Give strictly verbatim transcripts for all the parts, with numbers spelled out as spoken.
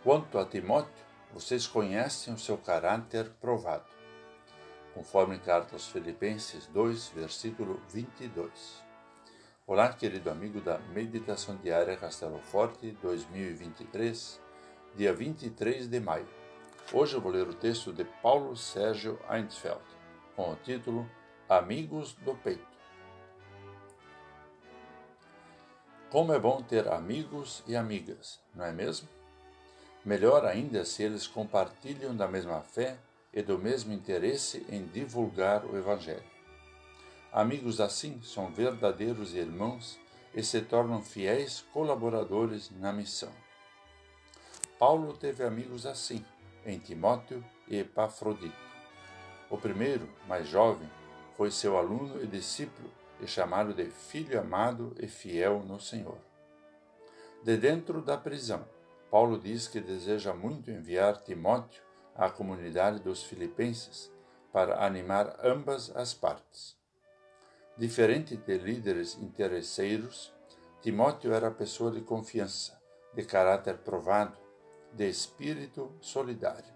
Quanto a Timóteo, vocês conhecem o seu caráter provado, conforme carta aos Filipenses dois, versículo vinte e dois. Olá, querido amigo da Meditação Diária Castelo Forte dois mil e vinte e três, dia vinte e três de maio. Hoje eu vou ler o texto de Paulo Sérgio Einsfeld, com o título Amigos do Peito. Como é bom ter amigos e amigas, não é mesmo? Melhor ainda se eles compartilham da mesma fé e do mesmo interesse em divulgar o Evangelho. Amigos assim são verdadeiros irmãos e se tornam fiéis colaboradores na missão. Paulo teve amigos assim, em Timóteo e Epafrodito. O primeiro, mais jovem, foi seu aluno e discípulo e chamado de filho amado e fiel no Senhor. De dentro da prisão, Paulo diz que deseja muito enviar Timóteo à comunidade dos filipenses para animar ambas as partes. Diferente de líderes interesseiros, Timóteo era pessoa de confiança, de caráter provado, de espírito solidário.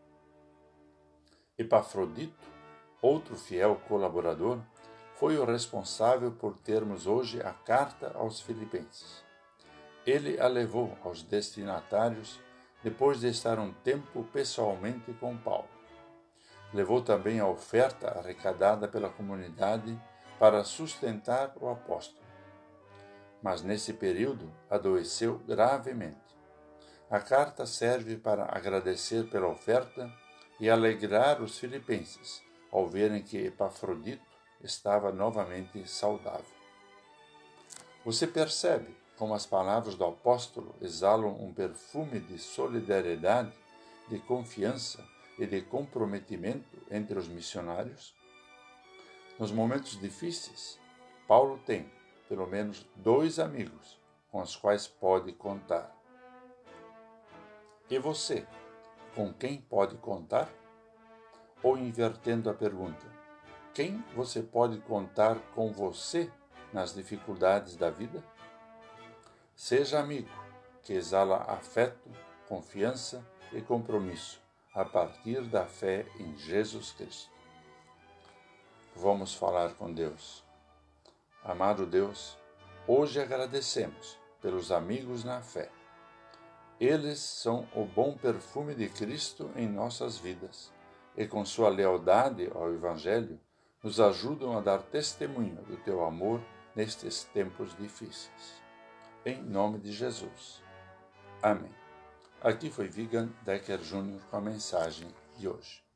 Epafrodito, outro fiel colaborador, foi o responsável por termos hoje a carta aos filipenses. Ele a levou aos destinatários depois de estar um tempo pessoalmente com Paulo. Levou também a oferta arrecadada pela comunidade para sustentar o apóstolo. Mas nesse período adoeceu gravemente. A carta serve para agradecer pela oferta e alegrar os filipenses ao verem que Epafrodito estava novamente saudável. Você percebe como as palavras do apóstolo exalam um perfume de solidariedade, de confiança e de comprometimento entre os missionários? Nos momentos difíceis, Paulo tem, pelo menos, dois amigos com os quais pode contar. E você, com quem pode contar? Ou invertendo a pergunta, quem você pode contar com você nas dificuldades da vida? Seja amigo, que exala afeto, confiança e compromisso a partir da fé em Jesus Cristo. Vamos falar com Deus. Amado Deus, hoje agradecemos pelos amigos na fé. Eles são o bom perfume de Cristo em nossas vidas e, com sua lealdade ao Evangelho, nos ajudam a dar testemunho do teu amor nestes tempos difíceis. Em nome de Jesus. Amém. Aqui foi Vigan Decker Júnior com a mensagem de hoje.